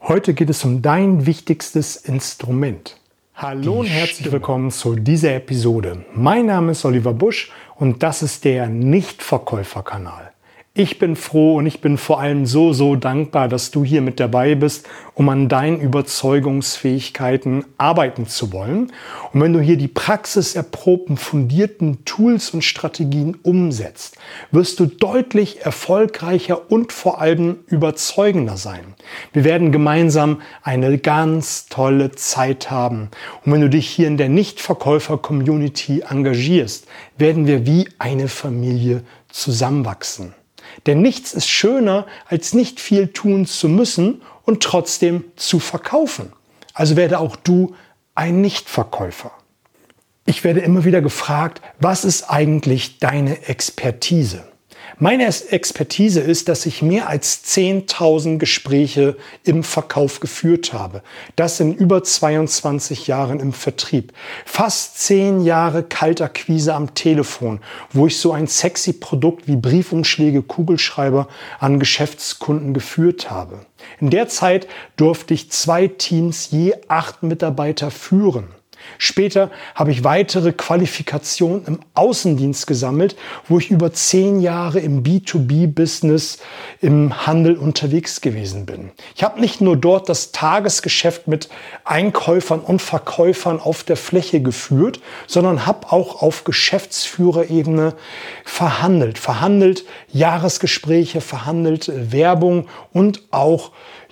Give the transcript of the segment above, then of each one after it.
Heute geht es um dein wichtigstes Instrument. Hallo und herzlich willkommen zu dieser Episode. Mein Name ist Oliver Busch und das ist der Nichtverkäuferkanal. Ich bin froh und ich bin vor allem so dankbar, dass du hier mit dabei bist, um an deinen Überzeugungsfähigkeiten arbeiten zu wollen. Und wenn du hier die praxiserprobten, fundierten Tools und Strategien umsetzt, wirst du deutlich erfolgreicher und vor allem überzeugender sein. Wir werden gemeinsam eine ganz tolle Zeit haben. Und wenn du dich hier in der Nichtverkäufer-Community engagierst, werden wir wie eine Familie zusammenwachsen. Denn nichts ist schöner, als nicht viel tun zu müssen und trotzdem zu verkaufen. Also werde auch du ein Nichtverkäufer. Ich werde immer wieder gefragt, was ist eigentlich deine Expertise? Meine Expertise ist, dass ich mehr als 10.000 Gespräche im Verkauf geführt habe. Das in über 22 Jahren im Vertrieb. Fast 10 Jahre Kaltakquise am Telefon, wo ich so ein sexy Produkt wie Briefumschläge, Kugelschreiber an Geschäftskunden geführt habe. In der Zeit durfte ich 2 Teams je 8 Mitarbeiter führen. Später habe ich weitere Qualifikationen im Außendienst gesammelt, wo ich über 10 Jahre im B2B-Business im Handel unterwegs gewesen bin. Ich habe nicht nur dort das Tagesgeschäft mit Einkäufern und Verkäufern auf der Fläche geführt, sondern habe auch auf Geschäftsführerebene verhandelt Jahresgespräche, verhandelt Werbung und auch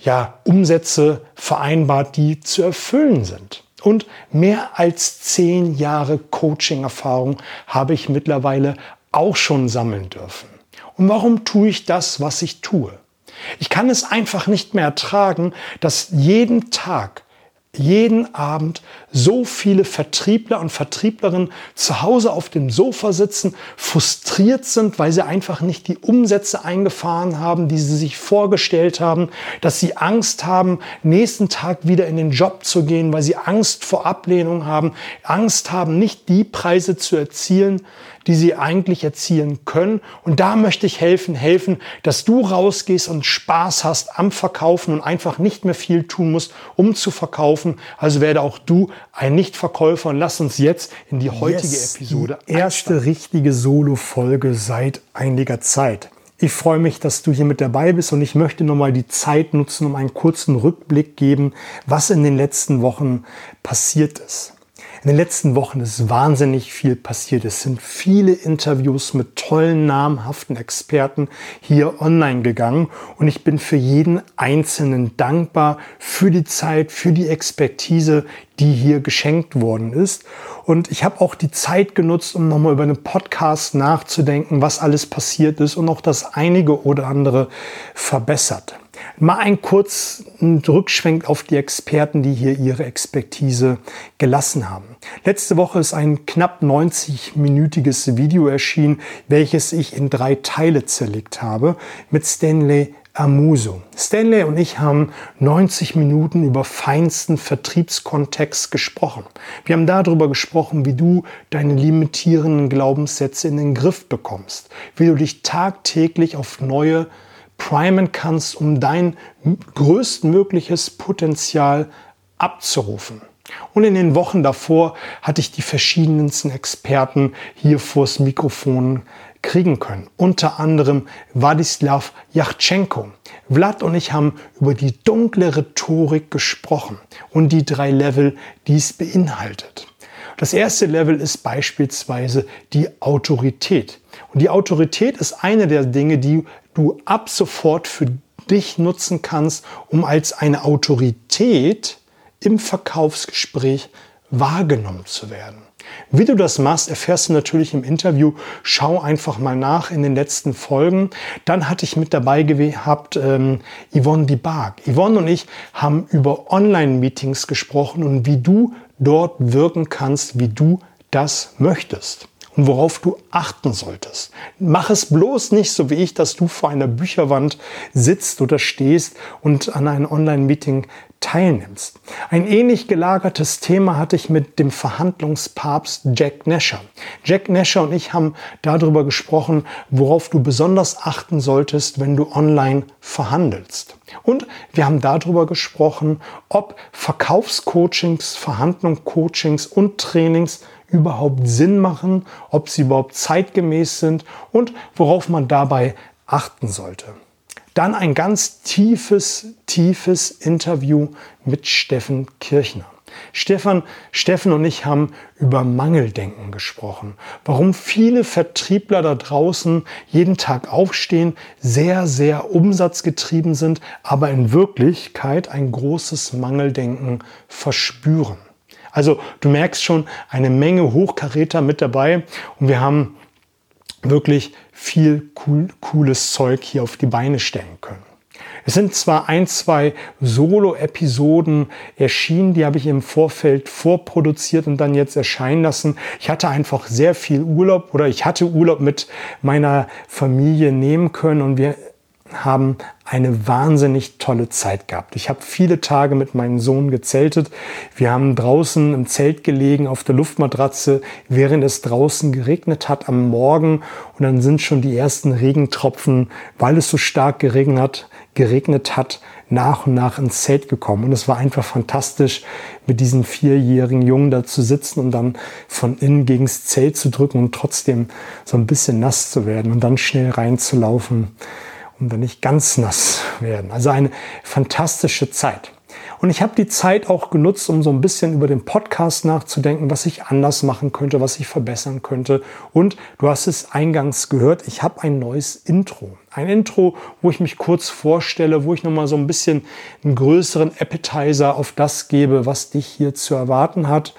Umsätze vereinbart, die zu erfüllen sind. Und mehr als 10 Jahre Coaching-Erfahrung habe ich mittlerweile auch schon sammeln dürfen. Und warum tue ich das, was ich tue? Ich kann es einfach nicht mehr ertragen, dass jeden Tag, jeden Abend so viele Vertriebler und Vertrieblerinnen zu Hause auf dem Sofa sitzen, frustriert sind, weil sie einfach nicht die Umsätze eingefahren haben, die sie sich vorgestellt haben, dass sie Angst haben, nächsten Tag wieder in den Job zu gehen, weil sie Angst vor Ablehnung haben, Angst haben, nicht die Preise zu erzielen, die sie eigentlich erzielen können. Und da möchte ich helfen, dass du rausgehst und Spaß hast am Verkaufen und einfach nicht mehr viel tun musst, um zu verkaufen. Also werde auch du ein Nichtverkäufer und lass uns jetzt in die heutige Episode einsteigen. Die erste richtige Solo-Folge seit einiger Zeit. Ich freue mich, dass du hier mit dabei bist und ich möchte nochmal die Zeit nutzen, um einen kurzen Rückblick geben, was in den letzten Wochen passiert ist. In den letzten Wochen ist wahnsinnig viel passiert. Es sind viele Interviews mit tollen, namhaften Experten hier online gegangen. Und ich bin für jeden Einzelnen dankbar für die Zeit, für die Expertise, die hier geschenkt worden ist. Und ich habe auch die Zeit genutzt, um nochmal über einen Podcast nachzudenken, was alles passiert ist und auch das einige oder andere verbessert. Mal einen kurzen Rückschwenk auf die Experten, die hier ihre Expertise gelassen haben. Letzte Woche ist ein knapp 90-minütiges Video erschienen, welches ich in 3 Teile zerlegt habe, mit Stanley Amuso. Stanley und ich haben 90 Minuten über feinsten Vertriebskontext gesprochen. Wir haben darüber gesprochen, wie du deine limitierenden Glaubenssätze in den Griff bekommst, wie du dich tagtäglich auf neue primen kannst, um dein größtmögliches Potenzial abzurufen. Und in den Wochen davor hatte ich die verschiedensten Experten hier vors Mikrofon kriegen können. Unter anderem Wladislaw Yachtschenko. Vlad und ich haben über die dunkle Rhetorik gesprochen und die 3 Level, die es beinhaltet. Das erste Level ist beispielsweise die Autorität. Und die Autorität ist eine der Dinge, die du ab sofort für dich nutzen kannst, um als eine Autorität im Verkaufsgespräch wahrgenommen zu werden. Wie du das machst, erfährst du natürlich im Interview. Schau einfach mal nach in den letzten Folgen. Dann hatte ich mit dabei gehabt Yvonne Dibak. Yvonne und ich haben über Online-Meetings gesprochen und wie du dort wirken kannst, wie du das möchtest. und worauf du achten solltest. Mach es bloß nicht so wie ich, dass du vor einer Bücherwand sitzt oder stehst und an einem Online-Meeting teilnimmst. Ein ähnlich gelagertes Thema hatte ich mit dem Verhandlungspapst Jack Nasher. Jack Nasher und ich haben darüber gesprochen, worauf du besonders achten solltest, wenn du online verhandelst. Und wir haben darüber gesprochen, ob Verkaufscoachings, Verhandlungscoachings und Trainings überhaupt Sinn machen, ob sie überhaupt zeitgemäß sind und worauf man dabei achten sollte. Dann ein ganz tiefes Interview mit Steffen Kirchner. Steffen und ich haben über Mangeldenken gesprochen. Warum viele Vertriebler da draußen jeden Tag aufstehen, sehr, sehr umsatzgetrieben sind, aber in Wirklichkeit ein großes Mangeldenken verspüren. Also du merkst schon eine Menge Hochkaräter mit dabei und wir haben wirklich viel cooles Zeug hier auf die Beine stellen können. Es sind zwar 2 Solo-Episoden erschienen, die habe ich im Vorfeld vorproduziert und dann jetzt erscheinen lassen. Ich hatte einfach sehr viel Urlaub oder ich hatte Urlaub mit meiner Familie nehmen können und wir haben eine wahnsinnig tolle Zeit gehabt. Ich habe viele Tage mit meinem Sohn gezeltet. Wir haben draußen im Zelt gelegen auf der Luftmatratze, während es draußen geregnet hat am Morgen. Und dann sind schon die ersten Regentropfen, weil es so stark geregnet hat, nach und nach ins Zelt gekommen. Und es war einfach fantastisch, mit diesem 4-jährigen Jungen da zu sitzen und dann von innen gegen das Zelt zu drücken und trotzdem so ein bisschen nass zu werden und dann schnell reinzulaufen, um dann nicht ganz nass werden. Also eine fantastische Zeit. Und ich habe die Zeit auch genutzt, um so ein bisschen über den Podcast nachzudenken, was ich anders machen könnte, was ich verbessern könnte. Und du hast es eingangs gehört, ich habe ein neues Intro. Ein Intro, wo ich mich kurz vorstelle, wo ich nochmal so ein bisschen einen größeren Appetizer auf das gebe, was dich hier zu erwarten hat.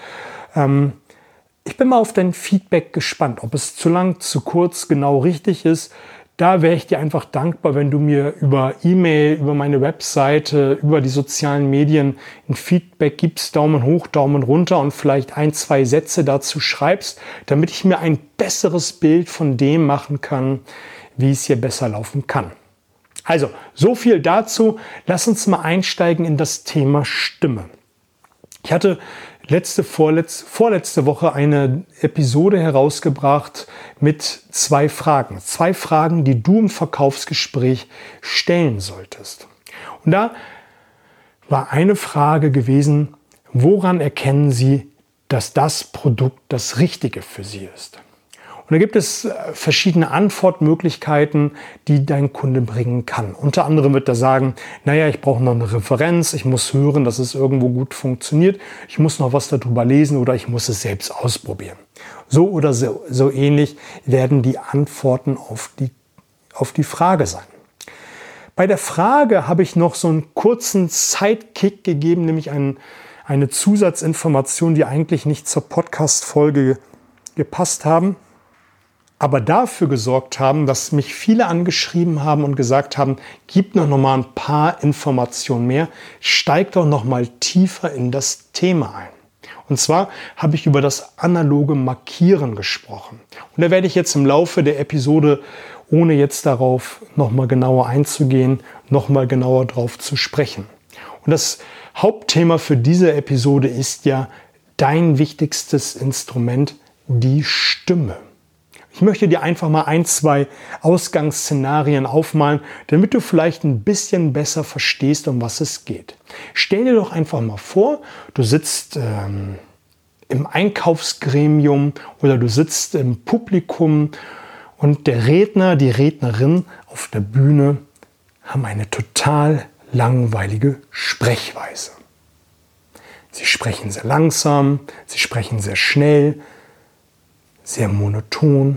Ich bin mal auf dein Feedback gespannt, ob es zu lang, zu kurz, genau richtig ist. Da wäre ich dir einfach dankbar, wenn du mir über E-Mail, über meine Webseite, über die sozialen Medien ein Feedback gibst, Daumen hoch, Daumen runter und vielleicht 1-2 Sätze dazu schreibst, damit ich mir ein besseres Bild von dem machen kann, wie es hier besser laufen kann. Also, so viel dazu. Lass uns mal einsteigen in das Thema Stimme. Ich hatte vorletzte Woche eine Episode herausgebracht mit 2 Fragen. 2 Fragen, die du im Verkaufsgespräch stellen solltest. Und da war eine Frage gewesen, woran erkennen Sie, dass das Produkt das Richtige für Sie ist? Und da gibt es verschiedene Antwortmöglichkeiten, die dein Kunde bringen kann. Unter anderem wird er sagen, naja, ich brauche noch eine Referenz, ich muss hören, dass es irgendwo gut funktioniert, ich muss noch was darüber lesen oder ich muss es selbst ausprobieren. So oder so ähnlich werden die Antworten auf die Frage sein. Bei der Frage habe ich noch so einen kurzen Sidekick gegeben, nämlich eine Zusatzinformation, die eigentlich nicht zur Podcast-Folge gepasst haben, aber dafür gesorgt haben, dass mich viele angeschrieben haben und gesagt haben, gib noch mal ein paar Informationen mehr, steig doch noch mal tiefer in das Thema ein. Und zwar habe ich über das analoge Markieren gesprochen. Und da werde ich jetzt im Laufe der Episode, ohne jetzt darauf noch mal genauer einzugehen, noch mal genauer drauf zu sprechen. Und das Hauptthema für diese Episode ist ja dein wichtigstes Instrument, die Stimme. Ich möchte dir einfach mal 1-2 Ausgangsszenarien aufmalen, damit du vielleicht ein bisschen besser verstehst, um was es geht. Stell dir doch einfach mal vor, du sitzt im Einkaufsgremium oder du sitzt im Publikum und der Redner, die Rednerin auf der Bühne haben eine total langweilige Sprechweise. Sie sprechen sehr langsam, sie sprechen sehr schnell, sehr monoton.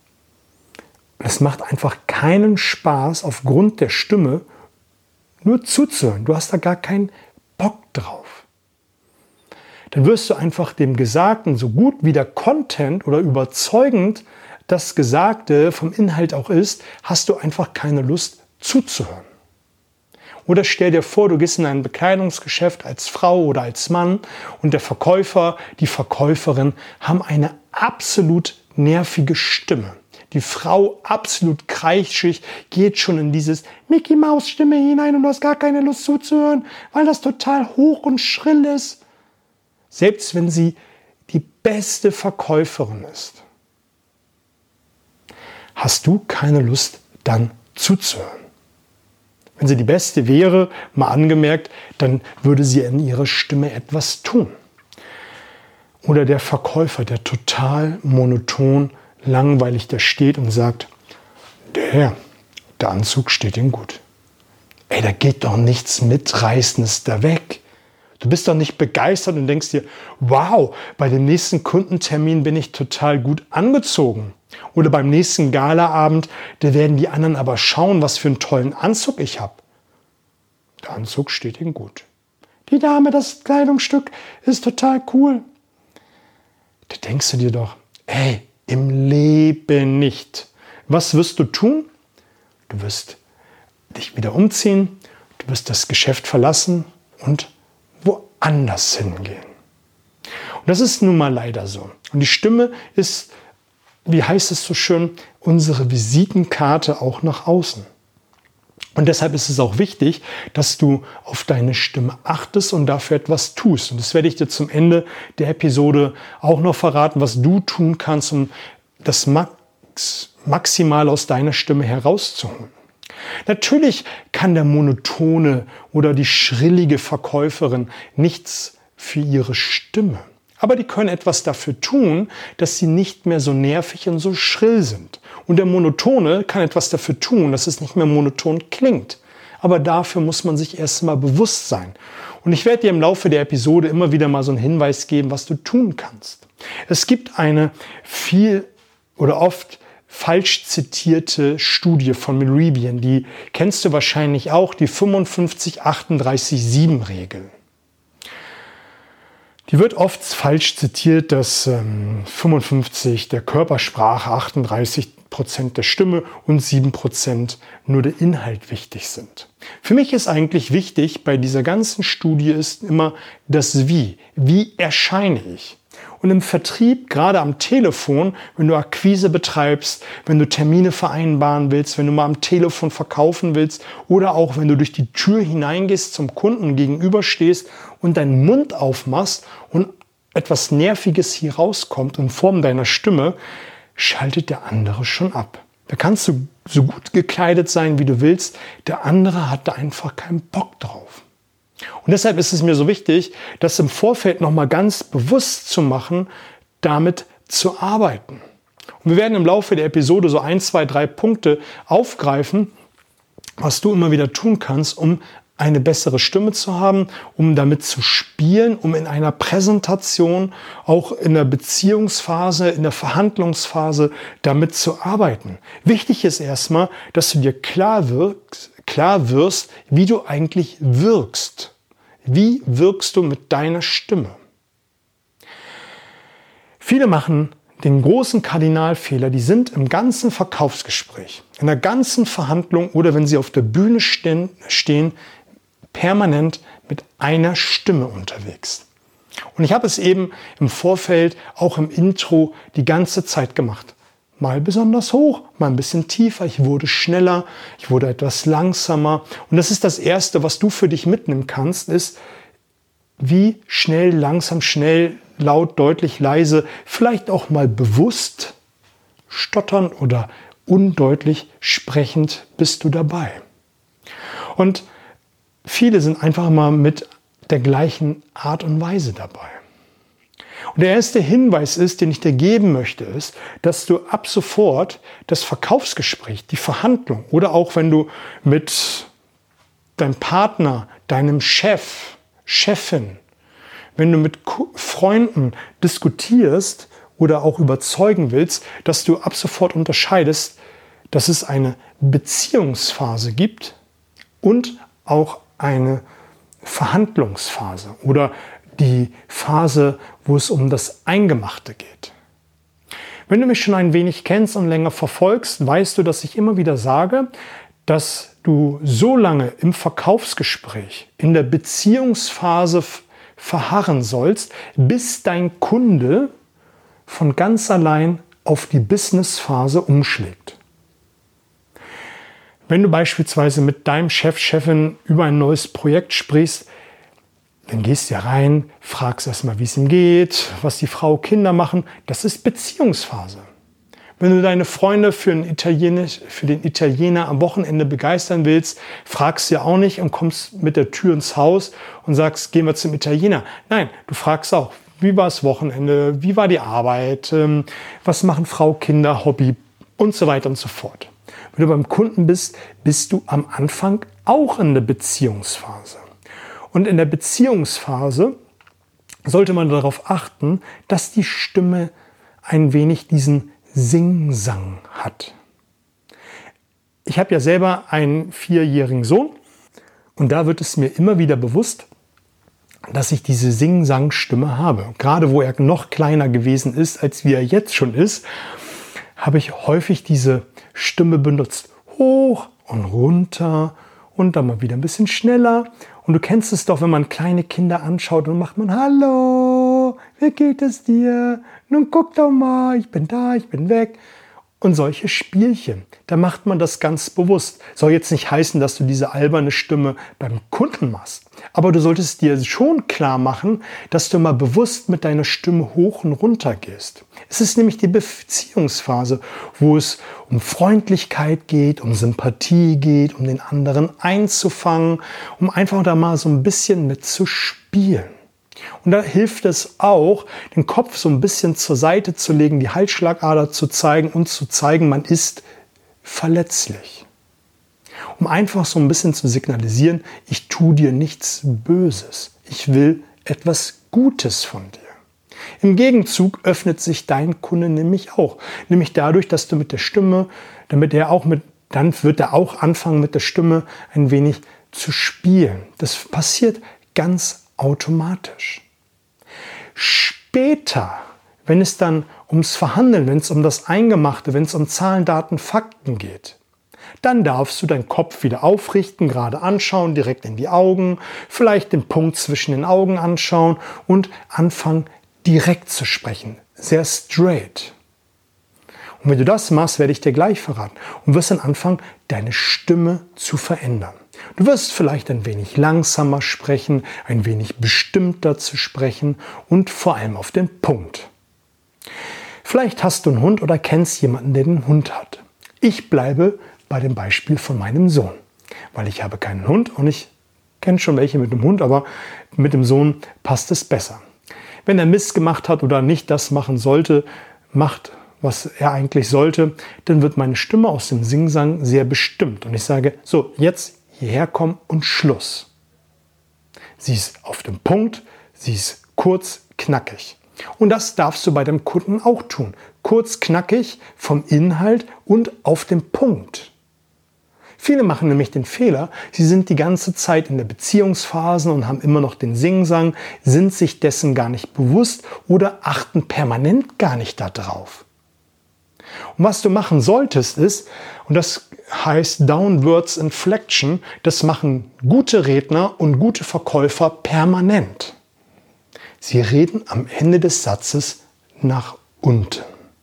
Und es macht einfach keinen Spaß, aufgrund der Stimme nur zuzuhören. Du hast da gar keinen Bock drauf. Dann wirst du einfach dem Gesagten, so gut wie der Content oder überzeugend das Gesagte vom Inhalt auch ist, hast du einfach keine Lust zuzuhören. Oder stell dir vor, du gehst in ein Bekleidungsgeschäft als Frau oder als Mann und der Verkäufer, die Verkäuferin haben eine absolut nervige Stimme. Die Frau absolut kreischig, geht schon in dieses Mickey-Maus-Stimme hinein und du hast gar keine Lust zuzuhören, weil das total hoch und schrill ist. Selbst wenn sie die beste Verkäuferin ist, hast du keine Lust, dann zuzuhören. Wenn sie die Beste wäre, mal angemerkt, dann würde sie in ihrer Stimme etwas tun. Oder der Verkäufer, der total monoton, langweilig da steht und sagt, der Anzug steht Ihnen gut. Ey, da geht doch nichts Mitreißendes da weg. Du bist doch nicht begeistert und denkst dir, wow, bei dem nächsten Kundentermin bin ich total gut angezogen. Oder beim nächsten Galaabend, da werden die anderen aber schauen, was für einen tollen Anzug ich habe. Der Anzug steht Ihnen gut. Die Dame, das Kleidungsstück ist total cool. Da denkst du dir doch, ey, im Leben nicht. Was wirst du tun? Du wirst dich wieder umziehen, du wirst das Geschäft verlassen und woanders hingehen. Und das ist nun mal leider so. Und die Stimme ist, wie heißt es so schön, unsere Visitenkarte auch nach außen. Und deshalb ist es auch wichtig, dass du auf deine Stimme achtest und dafür etwas tust. Und das werde ich dir zum Ende der Episode auch noch verraten, was du tun kannst, um das maximal aus deiner Stimme herauszuholen. Natürlich kann der monotone oder die schrillige Verkäuferin nichts für ihre Stimme. Aber die können etwas dafür tun, dass sie nicht mehr so nervig und so schrill sind. Und der Monotone kann etwas dafür tun, dass es nicht mehr monoton klingt. Aber dafür muss man sich erstmal bewusst sein. Und ich werde dir im Laufe der Episode immer wieder mal so einen Hinweis geben, was du tun kannst. Es gibt eine oft falsch zitierte Studie von Mehrabian, die kennst du wahrscheinlich auch, die 55-38-7-Regel. Die wird oft falsch zitiert, dass 55 der Körpersprache, 38% der Stimme und 7% nur der Inhalt wichtig sind. Für mich ist eigentlich wichtig, bei dieser ganzen Studie ist immer das Wie. Wie erscheine ich? Und im Vertrieb, gerade am Telefon, wenn du Akquise betreibst, wenn du Termine vereinbaren willst, wenn du mal am Telefon verkaufen willst oder auch wenn du durch die Tür hineingehst, zum Kunden gegenüberstehst und deinen Mund aufmachst und etwas Nerviges hier rauskommt in Form deiner Stimme, schaltet der andere schon ab. Da kannst du so gut gekleidet sein, wie du willst. Der andere hat da einfach keinen Bock drauf. Und deshalb ist es mir so wichtig, das im Vorfeld nochmal ganz bewusst zu machen, damit zu arbeiten. Und wir werden im Laufe der Episode so 1, 2, 3 Punkte aufgreifen, was du immer wieder tun kannst, um eine bessere Stimme zu haben, um damit zu spielen, um in einer Präsentation, auch in der Beziehungsphase, in der Verhandlungsphase damit zu arbeiten. Wichtig ist erstmal, dass du dir klar wirst, wie du eigentlich wirkst. Wie wirkst du mit deiner Stimme? Viele machen den großen Kardinalfehler, die sind im ganzen Verkaufsgespräch, in der ganzen Verhandlung oder wenn sie auf der Bühne stehen, permanent mit einer Stimme unterwegs. Und ich habe es eben im Vorfeld, auch im Intro, die ganze Zeit gemacht. Mal besonders hoch, mal ein bisschen tiefer. Ich wurde schneller, ich wurde etwas langsamer. Und das ist das Erste, was du für dich mitnehmen kannst, ist, wie schnell, langsam, schnell, laut, deutlich, leise, vielleicht auch mal bewusst stottern oder undeutlich sprechend bist du dabei. Und viele sind einfach mal mit der gleichen Art und Weise dabei. Und der erste Hinweis ist, den ich dir geben möchte, ist, dass du ab sofort das Verkaufsgespräch, die Verhandlung oder auch wenn du mit deinem Partner, deinem Chef, Chefin, wenn du mit Freunden diskutierst oder auch überzeugen willst, dass du ab sofort unterscheidest, dass es eine Beziehungsphase gibt und auch eine Verhandlungsphase oder die Phase, wo es um das Eingemachte geht. Wenn du mich schon ein wenig kennst und länger verfolgst, weißt du, dass ich immer wieder sage, dass du so lange im Verkaufsgespräch, in der Beziehungsphase verharren sollst, bis dein Kunde von ganz allein auf die Business-Phase umschlägt. Wenn du beispielsweise mit deinem Chef, Chefin über ein neues Projekt sprichst, dann gehst du ja rein, fragst erstmal, wie es ihm geht, was die Frau, Kinder machen. Das ist Beziehungsphase. Wenn du deine Freunde für den Italiener am Wochenende begeistern willst, fragst du ja auch nicht und kommst mit der Tür ins Haus und sagst, gehen wir zum Italiener. Nein, du fragst auch, wie war das Wochenende, wie war die Arbeit, was machen Frau, Kinder, Hobby und so weiter und so fort. Wenn du beim Kunden bist, bist du am Anfang auch in der Beziehungsphase. Und in der Beziehungsphase sollte man darauf achten, dass die Stimme ein wenig diesen Singsang hat. Ich habe ja selber einen 4-jährigen Sohn und da wird es mir immer wieder bewusst, dass ich diese Sing-Sang-Stimme habe. Gerade wo er noch kleiner gewesen ist, als wie er jetzt schon ist, habe ich häufig diese Stimme benutzt. Hoch und runter und dann mal wieder ein bisschen schneller. Und du kennst es doch, wenn man kleine Kinder anschaut und macht man, hallo, wie geht es dir? Nun guck doch mal, ich bin da, ich bin weg. Und solche Spielchen, da macht man das ganz bewusst. Soll jetzt nicht heißen, dass du diese alberne Stimme beim Kunden machst. Aber du solltest dir schon klar machen, dass du mal bewusst mit deiner Stimme hoch und runter gehst. Es ist nämlich die Beziehungsphase, wo es um Freundlichkeit geht, um Sympathie geht, um den anderen einzufangen, um einfach da mal so ein bisschen mit zu spielen. Und da hilft es auch, den Kopf so ein bisschen zur Seite zu legen, die Halsschlagader zu zeigen und zu zeigen, man ist verletzlich. Um einfach so ein bisschen zu signalisieren, ich tue dir nichts Böses. Ich will etwas Gutes von dir. Im Gegenzug öffnet sich dein Kunde nämlich auch. Nämlich dadurch, dass du mit der Stimme, dann wird er auch anfangen, mit der Stimme ein wenig zu spielen. Das passiert ganz automatisch. Später, wenn es dann ums Verhandeln, wenn es um das Eingemachte, wenn es um Zahlen, Daten, Fakten geht, dann darfst du deinen Kopf wieder aufrichten, gerade anschauen, direkt in die Augen, vielleicht den Punkt zwischen den Augen anschauen und anfangen, direkt zu sprechen, sehr straight. Und wenn du das machst, werde ich dir gleich verraten und wirst dann anfangen, deine Stimme zu verändern. Du wirst vielleicht ein wenig langsamer sprechen, ein wenig bestimmter zu sprechen und vor allem auf den Punkt. Vielleicht hast du einen Hund oder kennst jemanden, der einen Hund hat. Ich bleibe bei dem Beispiel von meinem Sohn, weil ich habe keinen Hund und ich kenne schon welche mit dem Hund, aber mit dem Sohn passt es besser. Wenn er Mist gemacht hat oder nicht das machen sollte, macht, was er eigentlich sollte, dann wird meine Stimme aus dem Singsang sehr bestimmt. Und ich sage, so, jetzt hierher kommen und Schluss. Sie ist auf dem Punkt, sie ist kurz, knackig. Und das darfst du bei deinem Kunden auch tun. Kurz, knackig, vom Inhalt und auf den Punkt. Viele machen nämlich den Fehler, sie sind die ganze Zeit in der Beziehungsphase und haben immer noch den Singsang, sind sich dessen gar nicht bewusst oder achten permanent gar nicht darauf. Und was du machen solltest ist, und das heißt Downwards Inflection, das machen gute Redner und gute Verkäufer permanent. Sie reden am Ende des Satzes nach unten.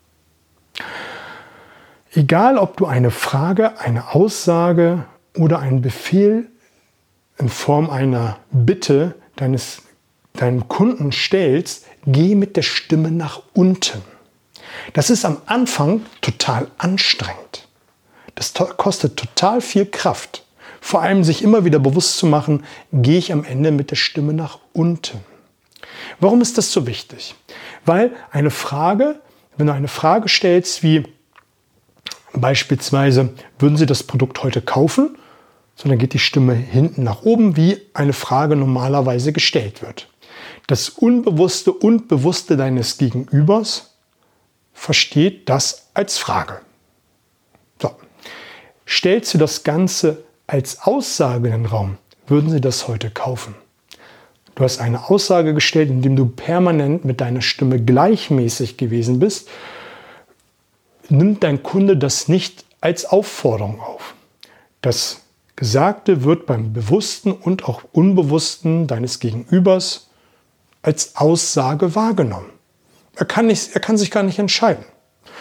Egal, ob du eine Frage, eine Aussage oder einen Befehl in Form einer Bitte deinem Kunden stellst, geh mit der Stimme nach unten. Das ist am Anfang total anstrengend. Das kostet total viel Kraft. Vor allem sich immer wieder bewusst zu machen, gehe ich am Ende mit der Stimme nach unten. Warum ist das so wichtig? Weil eine Frage, wenn du eine Frage stellst wie beispielsweise, würden Sie das Produkt heute kaufen? So, dann geht die Stimme hinten nach oben, wie eine Frage normalerweise gestellt wird. Das Unbewusste und Bewusste deines Gegenübers versteht das als Frage. So. Stellst du das Ganze als Aussage in den Raum, würden Sie das heute kaufen? Du hast eine Aussage gestellt, indem du permanent mit deiner Stimme gleichmäßig gewesen bist, nimmt dein Kunde das nicht als Aufforderung auf. Das Gesagte wird beim Bewussten und auch Unbewussten deines Gegenübers als Aussage wahrgenommen. Er kann sich gar nicht entscheiden.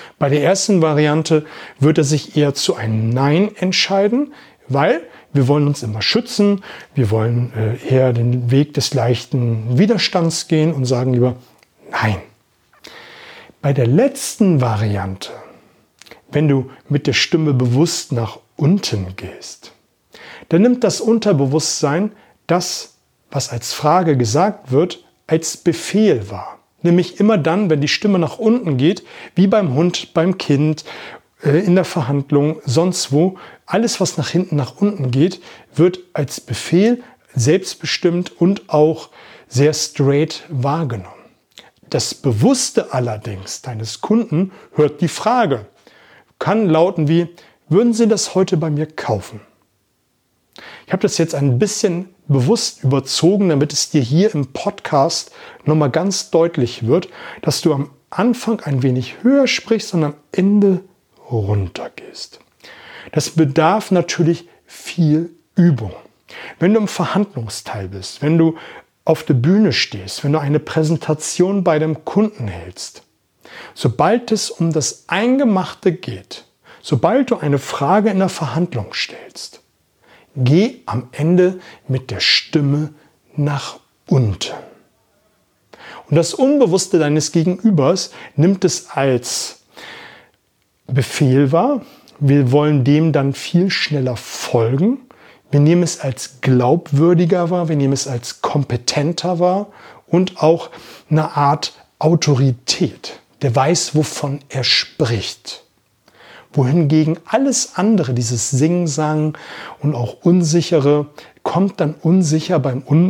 Bei der ersten Variante wird er sich eher zu einem Nein entscheiden, weil wir wollen uns immer schützen, wir wollen eher den Weg des leichten Widerstands gehen und sagen lieber Nein. Bei der letzten Variante, wenn du mit der Stimme bewusst nach unten gehst, dann nimmt das Unterbewusstsein das, was als Frage gesagt wird, als Befehl wahr. Nämlich immer dann, wenn die Stimme nach unten geht, wie beim Hund, beim Kind, in der Verhandlung, sonst wo. Alles, was nach hinten, nach unten geht, wird als Befehl selbstbestimmt und auch sehr straight wahrgenommen. Das Bewusste allerdings deines Kunden hört die Frage. Kann lauten wie, würden Sie das heute bei mir kaufen? Ich habe das jetzt ein bisschen bewusst überzogen, damit es dir hier im Podcast nochmal ganz deutlich wird, dass du am Anfang ein wenig höher sprichst und am Ende runter gehst. Das bedarf natürlich viel Übung. Wenn du im Verhandlungsteil bist, wenn du auf der Bühne stehst, wenn du eine Präsentation bei dem Kunden hältst, sobald es um das Eingemachte geht, sobald du eine Frage in der Verhandlung stellst, geh am Ende mit der Stimme nach unten. Und das Unbewusste deines Gegenübers nimmt es als Befehl wahr. Wir wollen dem dann viel schneller folgen. Wir nehmen es als glaubwürdiger wahr, wir nehmen es als kompetenter wahr und auch eine Art Autorität. Der weiß, wovon er spricht. Wohingegen alles andere, dieses Sing-Sang und auch Unsichere, kommt dann unsicher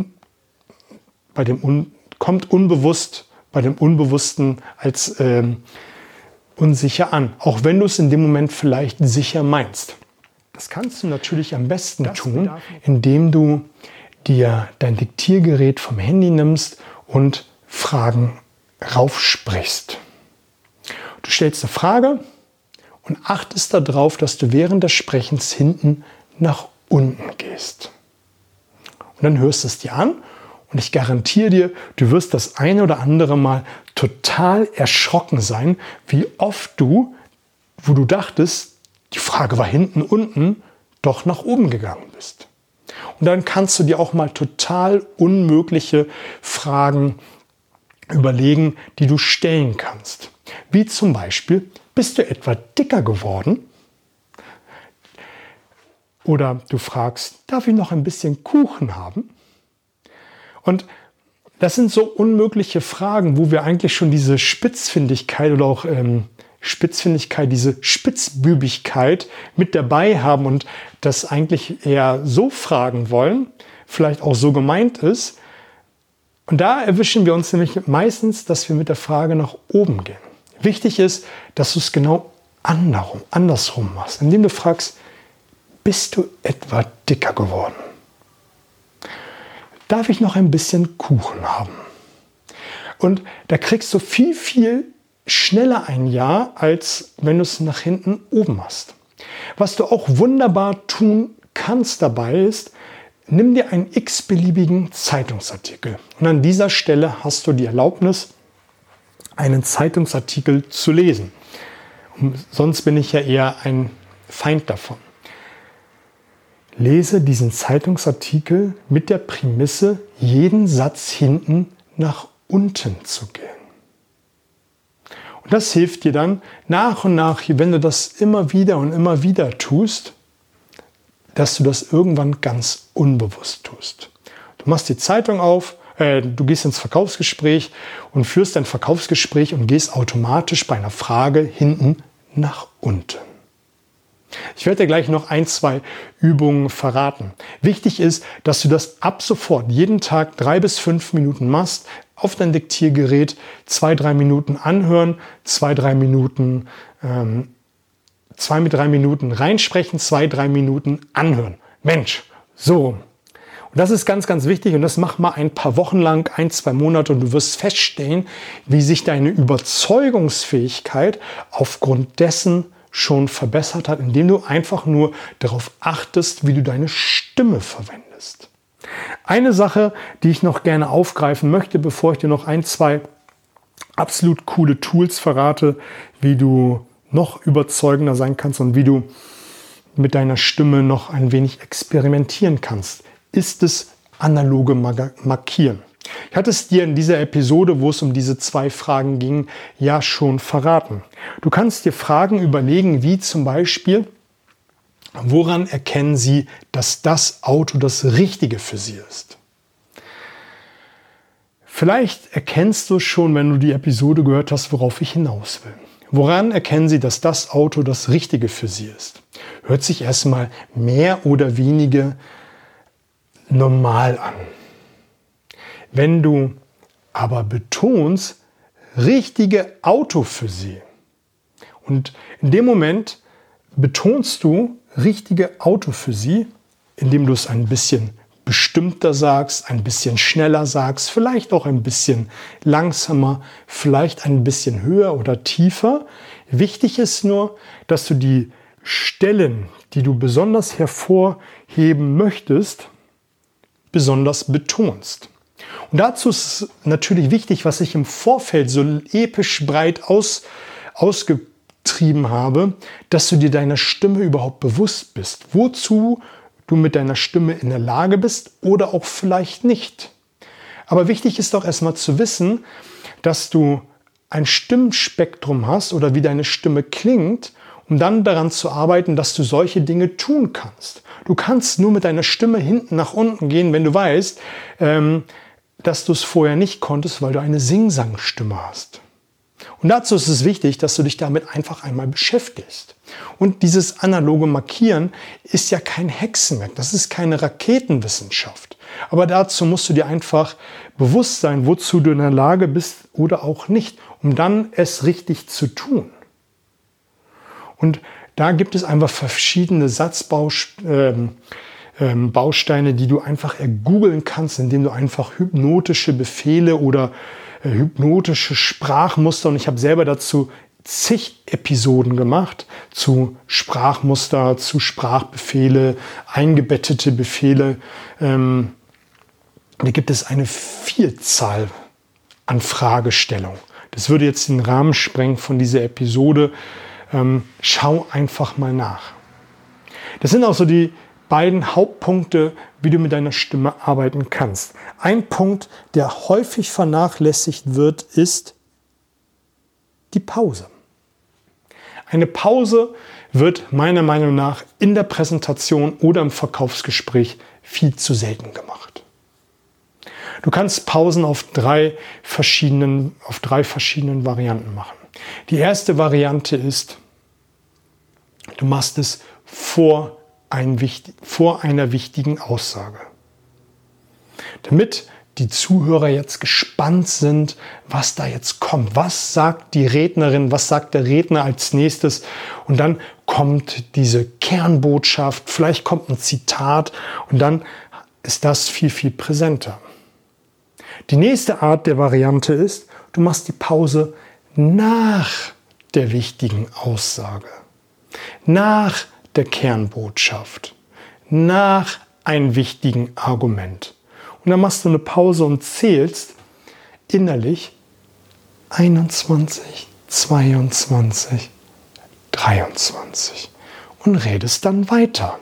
kommt unbewusst bei dem Unbewussten als unsicher an. Auch wenn du es in dem Moment vielleicht sicher meinst. Das kannst du natürlich am besten tun, indem du dir dein Diktiergerät vom Handy nimmst und Fragen raufsprichst. Du stellst eine Frage und achtest darauf, dass du während des Sprechens hinten nach unten gehst. Und dann hörst du es dir an und ich garantiere dir, du wirst das eine oder andere Mal total erschrocken sein, wie oft du, wo du dachtest, die Frage war hinten, unten, doch nach oben gegangen bist. Und dann kannst du dir auch mal total unmögliche Fragen überlegen, die du stellen kannst. Wie zum Beispiel, bist du etwa dicker geworden? Oder du fragst, darf ich noch ein bisschen Kuchen haben? Und das sind so unmögliche Fragen, wo wir eigentlich schon diese Spitzfindigkeit oder auch diese Spitzbübigkeit mit dabei haben und das eigentlich eher so fragen wollen, vielleicht auch so gemeint ist. Und da erwischen wir uns nämlich meistens, dass wir mit der Frage nach oben gehen. Wichtig ist, dass du es genau andersrum machst, indem du fragst, bist du etwa dicker geworden? Darf ich noch ein bisschen Kuchen haben? Und da kriegst du viel, viel schneller ein Ja, als wenn du es nach hinten oben machst. Was du auch wunderbar tun kannst dabei ist, nimm dir einen x-beliebigen Zeitungsartikel. Und an dieser Stelle hast du die Erlaubnis, einen Zeitungsartikel zu lesen. Sonst bin ich ja eher ein Feind davon. Lese diesen Zeitungsartikel mit der Prämisse, jeden Satz hinten nach unten zu gehen. Und das hilft dir dann nach und nach, wenn du das immer wieder und immer wieder tust, dass du das irgendwann ganz unbewusst tust. Du machst die Zeitung auf, du gehst ins Verkaufsgespräch und führst dein Verkaufsgespräch und gehst automatisch bei einer Frage hinten nach unten. Ich werde dir gleich noch 1, 2 Übungen verraten. Wichtig ist, dass du das ab sofort jeden Tag 3 bis 5 Minuten machst, auf dein Diktiergerät 2, 3 Minuten anhören, 2, 3 Minuten reinsprechen, 2, 3 Minuten anhören. Mensch, so. Und das ist ganz, ganz wichtig und das mach mal ein paar Wochen lang, 1, 2 Monate und du wirst feststellen, wie sich deine Überzeugungsfähigkeit aufgrund dessen schon verbessert hat, indem du einfach nur darauf achtest, wie du deine Stimme verwendest. Eine Sache, die ich noch gerne aufgreifen möchte, bevor ich dir noch 1, 2 absolut coole Tools verrate, wie du noch überzeugender sein kannst und wie du mit deiner Stimme noch ein wenig experimentieren kannst, ist es analoge Markieren. Ich hatte es dir in dieser Episode, wo es um diese 2 Fragen ging, ja schon verraten. Du kannst dir Fragen überlegen, wie zum Beispiel, woran erkennen Sie, dass das Auto das Richtige für Sie ist? Vielleicht erkennst du schon, wenn du die Episode gehört hast, worauf ich hinaus will. Woran erkennen Sie, dass das Auto das Richtige für Sie ist? Hört sich erstmal mehr oder weniger normal an. Wenn du aber betonst, richtige Auto für Sie, und in dem Moment betonst du richtige Auto für Sie, indem du es ein bisschen bestimmter sagst, ein bisschen schneller sagst, vielleicht auch ein bisschen langsamer, vielleicht ein bisschen höher oder tiefer. Wichtig ist nur, dass du die Stellen, die du besonders hervorheben möchtest, besonders betonst. Und dazu ist natürlich wichtig, was ich im Vorfeld so episch breit ausgetrieben habe, dass du dir deiner Stimme überhaupt bewusst bist, wozu du mit deiner Stimme in der Lage bist oder auch vielleicht nicht. Aber wichtig ist doch erstmal zu wissen, dass du ein Stimmspektrum hast oder wie deine Stimme klingt, um dann daran zu arbeiten, dass du solche Dinge tun kannst. Du kannst nur mit deiner Stimme hinten nach unten gehen, wenn du weißt, dass du es vorher nicht konntest, weil du eine Sing-Sang-Stimme hast. Und dazu ist es wichtig, dass du dich damit einfach einmal beschäftigst. Und dieses analoge Markieren ist ja kein Hexenwerk, das ist keine Raketenwissenschaft. Aber dazu musst du dir einfach bewusst sein, wozu du in der Lage bist oder auch nicht, um dann es richtig zu tun. Und da gibt es einfach verschiedene Satzbausteine, die du einfach ergoogeln kannst, indem du einfach hypnotische Befehle oder hypnotische Sprachmuster, und ich habe selber dazu zig Episoden gemacht, zu Sprachmuster, zu Sprachbefehle, eingebettete Befehle. Da gibt es eine Vielzahl an Fragestellungen. Das würde jetzt den Rahmen sprengen von dieser Episode. Schau einfach mal nach. Das sind auch so die beiden Hauptpunkte, wie du mit deiner Stimme arbeiten kannst. Ein Punkt, der häufig vernachlässigt wird, ist die Pause. Eine Pause wird meiner Meinung nach in der Präsentation oder im Verkaufsgespräch viel zu selten gemacht. Du kannst Pausen auf drei verschiedenen Varianten machen. Die erste Variante ist, du machst es vor einer wichtigen Aussage. Damit die Zuhörer jetzt gespannt sind, was da jetzt kommt. Was sagt die Rednerin, was sagt der Redner als nächstes? Und dann kommt diese Kernbotschaft, vielleicht kommt ein Zitat und dann ist das viel, viel präsenter. Die nächste Art der Variante ist, du machst die Pause nach der wichtigen Aussage, nach der Kernbotschaft, nach einem wichtigen Argument. Und dann machst du eine Pause und zählst innerlich 21, 22, 23 und redest dann weiter.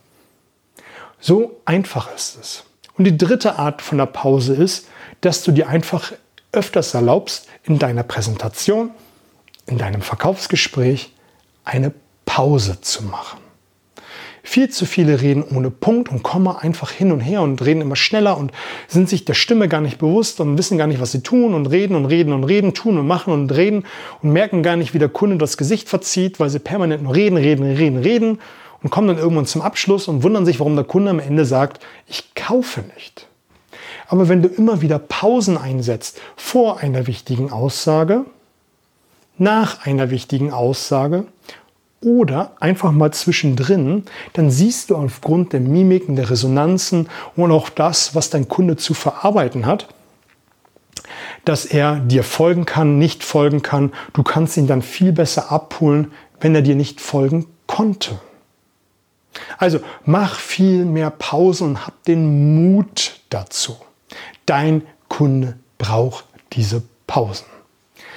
So einfach ist es. Und die dritte Art von der Pause ist, dass du dir einfach öfters erlaubst, in deiner Präsentation, in deinem Verkaufsgespräch eine Pause zu machen. Viel zu viele reden ohne Punkt und Komma einfach hin und her und reden immer schneller und sind sich der Stimme gar nicht bewusst und wissen gar nicht, was sie tun und reden und reden und reden, tun und machen und reden und merken gar nicht, wie der Kunde das Gesicht verzieht, weil sie permanent nur reden und kommen dann irgendwann zum Abschluss und wundern sich, warum der Kunde am Ende sagt, ich kaufe nicht. Aber wenn du immer wieder Pausen einsetzt vor einer wichtigen Aussage, nach einer wichtigen Aussage oder einfach mal zwischendrin, dann siehst du aufgrund der Mimiken, der Resonanzen und auch das, was dein Kunde zu verarbeiten hat, dass er dir folgen kann, nicht folgen kann. Du kannst ihn dann viel besser abholen, wenn er dir nicht folgen konnte. Also mach viel mehr Pausen und hab den Mut dazu. Dein Kunde braucht diese Pausen.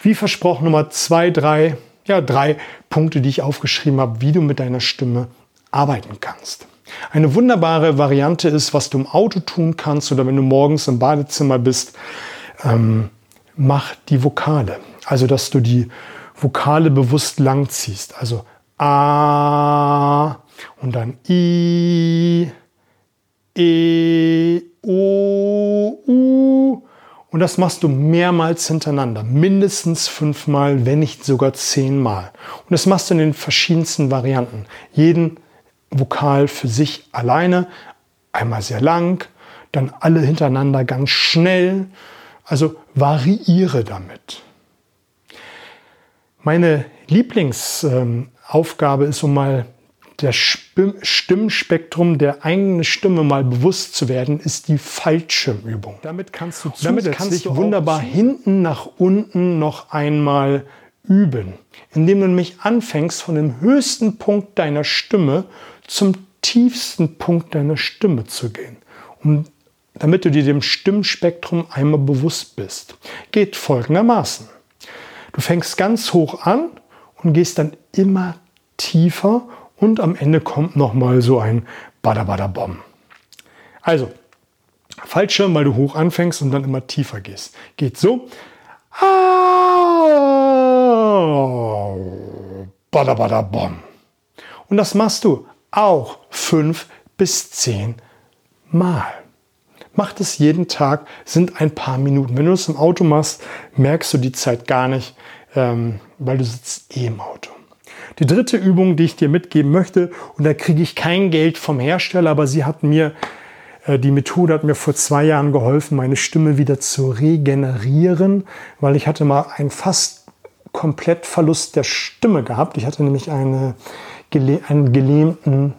Wie versprochen, Nummer 2, 3, 3 Punkte, die ich aufgeschrieben habe, wie du mit deiner Stimme arbeiten kannst. Eine wunderbare Variante ist, was du im Auto tun kannst oder wenn du morgens im Badezimmer bist, mach die Vokale. Also, dass du die Vokale bewusst lang ziehst. Also A und dann I, E, O, U. Und das machst du mehrmals hintereinander. Mindestens 5-mal, wenn nicht sogar 10-mal. Und das machst du in den verschiedensten Varianten. Jeden Vokal für sich alleine, einmal sehr lang, dann alle hintereinander ganz schnell. Also variiere damit. Meine Lieblingsaufgabe ist, um mal das Stimmspektrum der eigenen Stimme mal bewusst zu werden, ist die Fallschirmübung. Damit kannst du wunderbar hinten nach unten noch einmal üben, indem du nämlich anfängst, von dem höchsten Punkt deiner Stimme zum tiefsten Punkt deiner Stimme zu gehen, damit du dir dem Stimmspektrum einmal bewusst bist. Geht folgendermaßen. Du fängst ganz hoch an und gehst dann immer tiefer und am Ende kommt nochmal so ein Badabadabom. Also, Fallschirm, weil du hoch anfängst und dann immer tiefer gehst. Geht so. Badabadabom. Und das machst du auch 5 bis 10 Mal. Mach das jeden Tag, sind ein paar Minuten. Wenn du es im Auto machst, merkst du die Zeit gar nicht, weil du sitzt im Auto. Die dritte Übung, die ich dir mitgeben möchte, und da kriege ich kein Geld vom Hersteller, aber die Methode hat mir vor 2 Jahren geholfen, meine Stimme wieder zu regenerieren, weil ich hatte mal einen fast komplett Verlust der Stimme gehabt. Ich hatte nämlich eine gelähmte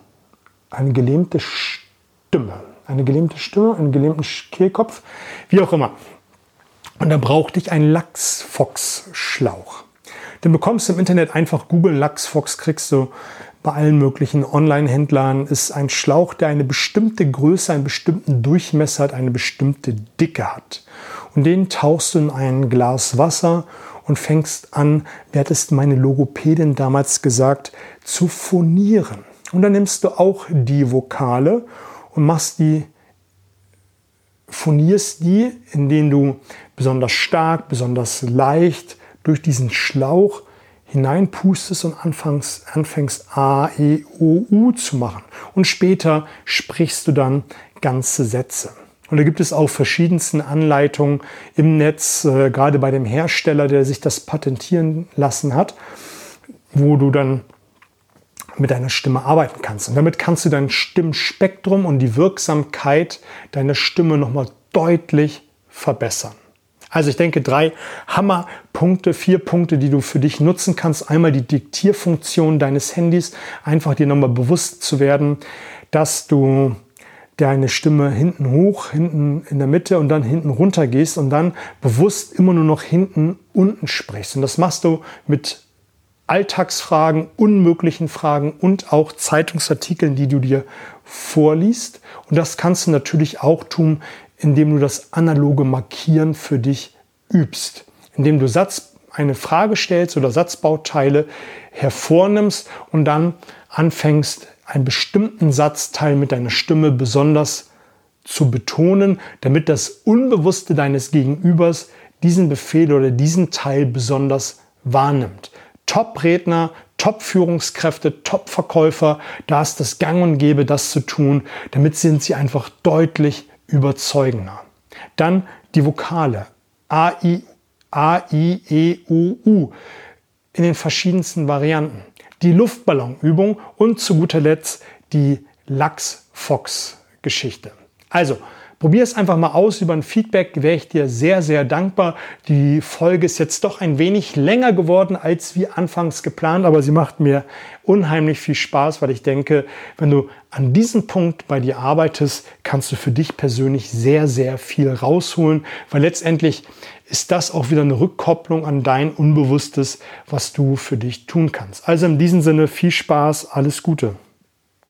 Stimme, einen gelähmten Kehlkopf, wie auch immer. Und da brauchte ich einen Lachsfox-Schlauch. Den bekommst du im Internet, einfach Google Lachsfox, kriegst du bei allen möglichen Online-Händlern. Ist ein Schlauch, der eine bestimmte Größe, einen bestimmten Durchmesser hat, eine bestimmte Dicke hat. Und den tauchst du in ein Glas Wasser und fängst an, wie hat es meine Logopädin damals gesagt, zu phonieren. Und dann nimmst du auch die Vokale und phonierst die, indem du besonders stark, besonders leicht durch diesen Schlauch hineinpustest und anfängst A, E, O, U zu machen. Und später sprichst du dann ganze Sätze. Und da gibt es auch verschiedenste Anleitungen im Netz, gerade bei dem Hersteller, der sich das patentieren lassen hat, wo du dann mit deiner Stimme arbeiten kannst. Und damit kannst du dein Stimmspektrum und die Wirksamkeit deiner Stimme nochmal deutlich verbessern. Also ich denke 3 Hammerpunkte, 4 Punkte, die du für dich nutzen kannst. Einmal die Diktierfunktion deines Handys, einfach dir nochmal bewusst zu werden, dass du deine Stimme hinten hoch, hinten in der Mitte und dann hinten runter gehst und dann bewusst immer nur noch hinten unten sprichst. Und das machst du mit Alltagsfragen, unmöglichen Fragen und auch Zeitungsartikeln, die du dir vorliest. Und das kannst du natürlich auch tun, indem du das analoge Markieren für dich übst. Indem du eine Frage stellst oder Satzbauteile hervornimmst und dann anfängst, einen bestimmten Satzteil mit deiner Stimme besonders zu betonen, damit das Unbewusste deines Gegenübers diesen Befehl oder diesen Teil besonders wahrnimmt. Top-Redner, Top-Führungskräfte, Top-Verkäufer, da ist das Gang und Gäbe, das zu tun, damit sind sie einfach deutlich überzeugender. Dann die Vokale A, I, E, O, U in den verschiedensten Varianten. Die Luftballonübung und zu guter Letzt die Lachs-Fox-Geschichte. Also, probier es einfach mal aus. Über ein Feedback wäre ich dir sehr, sehr dankbar. Die Folge ist jetzt doch ein wenig länger geworden, als wie anfangs geplant, aber sie macht mir unheimlich viel Spaß, weil ich denke, wenn du an diesem Punkt bei dir arbeitest, kannst du für dich persönlich sehr, sehr viel rausholen, weil letztendlich ist das auch wieder eine Rückkopplung an dein Unbewusstes, was du für dich tun kannst. Also in diesem Sinne viel Spaß, alles Gute.